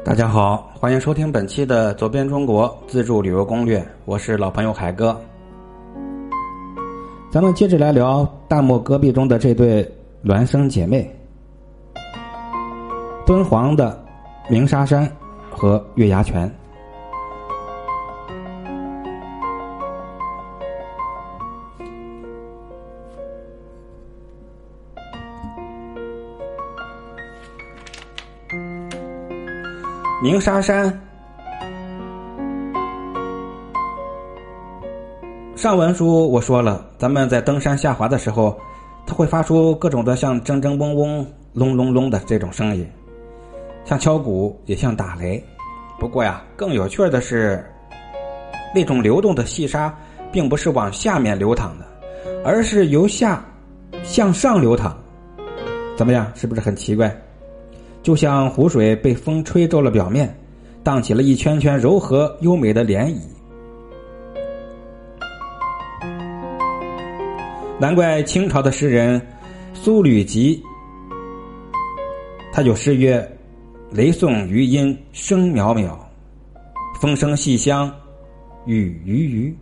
大家好，欢迎收听本期的走遍中国自助旅游攻略，我是老朋友海哥。咱们接着来聊大漠戈壁中的这对孪生姐妹，敦煌的鸣沙山和月牙泉。鸣沙山上文书我说了，咱们在登山下滑的时候，它会发出各种的像铮铮嗡嗡隆隆隆的这种声音，像敲鼓也像打雷。不过呀，更有趣的是，那种流动的细沙并不是往下面流淌的，而是由下向上流淌。怎么样，是不是很奇怪？就像湖水被风吹皱了表面，荡起了一圈圈柔和优美的涟漪。难怪清朝的诗人苏吕吉他有诗曰：雷送余音声渺渺，风声细香雨余余。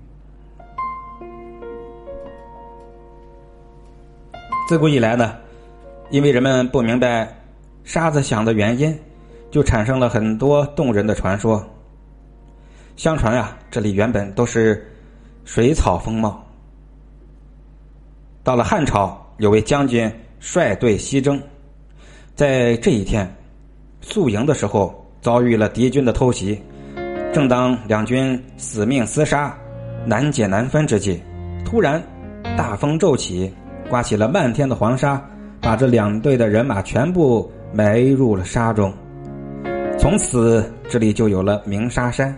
自古以来呢，因为人们不明白沙子响的原因，就产生了很多动人的传说。相传啊，这里原本都是水草丰茂。到了汉朝，有位将军率队西征，在这一天宿营的时候遭遇了敌军的偷袭，正当两军死命厮杀难解难分之际，突然大风骤起，刮起了漫天的黄沙，把这两队的人马全部埋入了沙中。从此这里就有了鸣沙山。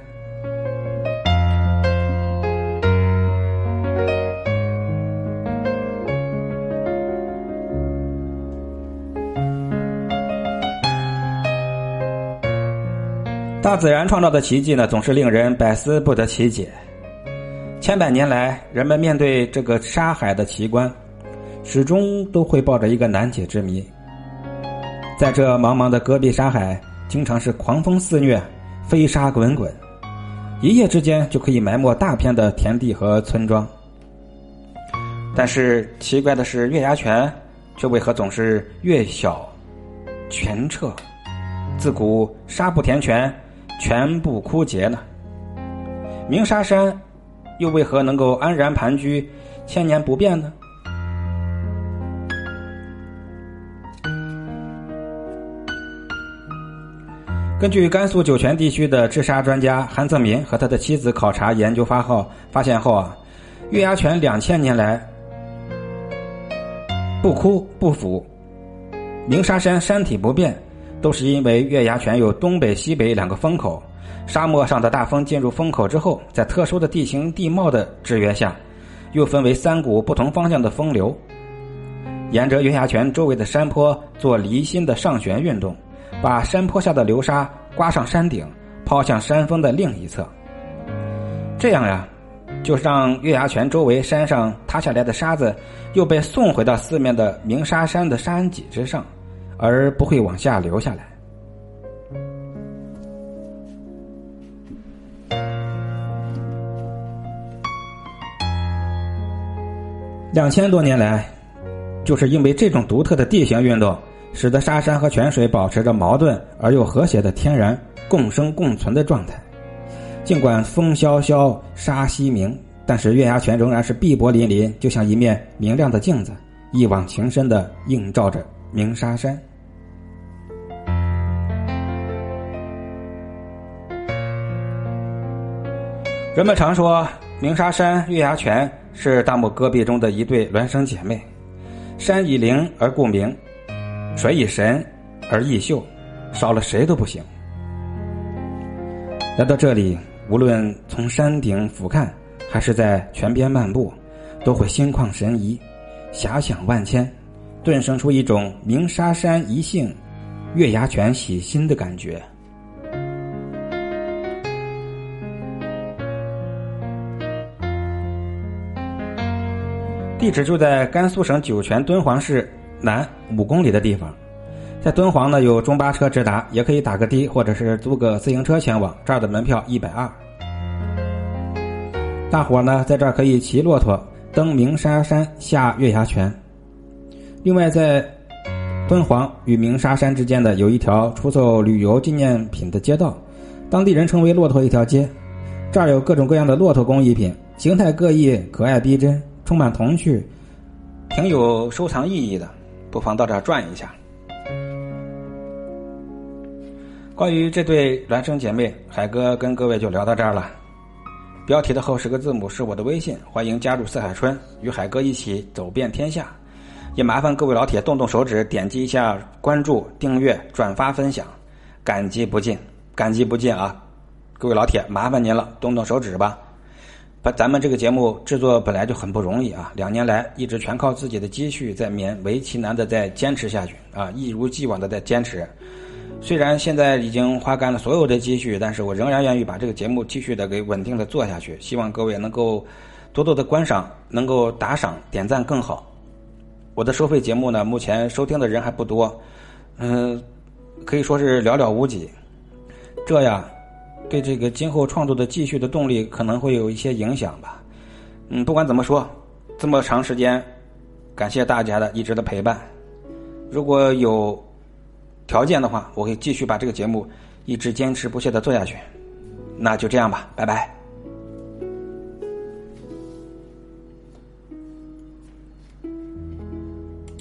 大自然创造的奇迹呢，总是令人百思不得其解。千百年来，人们面对这个沙海的奇观，始终都会抱着一个难解之谜。在这茫茫的戈壁沙海，经常是狂风肆虐，飞沙滚滚，一夜之间就可以埋没大片的田地和村庄。但是奇怪的是，月牙泉却为何总是越小泉澈？自古沙不填泉，泉不枯竭呢？鸣沙山又为何能够安然盘踞，千年不变呢？根据甘肃酒泉地区的治沙专家韩泽民和他的妻子考察研究发现后啊，月牙泉2000年来不枯不腐，鸣沙山山体不变，都是因为月牙泉有东北西北两个风口，沙漠上的大风进入风口之后，在特殊的地形地貌的制约下，又分为3股不同方向的风流，沿着月牙泉周围的山坡做离心的上旋运动，把山坡下的流沙刮上山顶，抛向山峰的另一侧。这样呀，就让月牙泉周围山上塌下来的沙子又被送回到四面的鸣沙山的山脊之上，而不会往下流下来。2000多年来，就是因为这种独特的地形运动，使得沙山和泉水保持着矛盾而又和谐的天然共生共存的状态。尽管风萧萧沙西鸣，但是月牙泉仍然是碧波粼粼，就像一面明亮的镜子，一往情深地映照着鸣沙山。人们常说鸣沙山、月牙泉是大漠戈壁中的一对孪生姐妹，山以灵而故名，水以神而异秀，少了谁都不行。来到这里，无论从山顶俯瞰还是在泉边漫步，都会心旷神怡，遐想万千，顿生出一种鸣沙山一幸，月牙泉喜心的感觉。地址就在甘肃省酒泉敦煌市南5公里的地方， 在敦煌呢有中巴车直达，也可以打个的或者是租个自行车前往，这儿的门票120。大伙呢在这儿可以骑骆驼登鸣沙山下月牙泉。另外在敦煌与鸣沙山之间的有一条出售旅游纪念品的街道，当地人称为骆驼一条街。这儿有各种各样的骆驼工艺品，形态各异，可爱逼真，充满童趣，挺有收藏意义的，不妨到这儿转一下。关于这对孪生姐妹，海哥跟各位就聊到这儿了。标题的后10个字母是我的微信，欢迎加入四海春，与海哥一起走遍天下。也麻烦各位老铁动动手指，点击一下关注、订阅、转发、分享，感激不尽，感激不尽啊！各位老铁，麻烦您了，动动手指吧。咱们这个节目制作本来就很不容易啊，2年来一直全靠自己的积蓄在勉为其难的在坚持下去啊，一如既往的在坚持。虽然现在已经花干了所有的积蓄，但是我仍然愿意把这个节目继续的给稳定的做下去。希望各位能够多多的观赏，能够打赏、点赞更好。我的收费节目呢，目前收听的人还不多，可以说是寥寥无几。这呀，对这个今后创作的继续的动力可能会有一些影响吧。不管怎么说，这么长时间，感谢大家的一直的陪伴。如果有条件的话，我会继续把这个节目一直坚持不懈的做下去。那就这样吧，拜拜。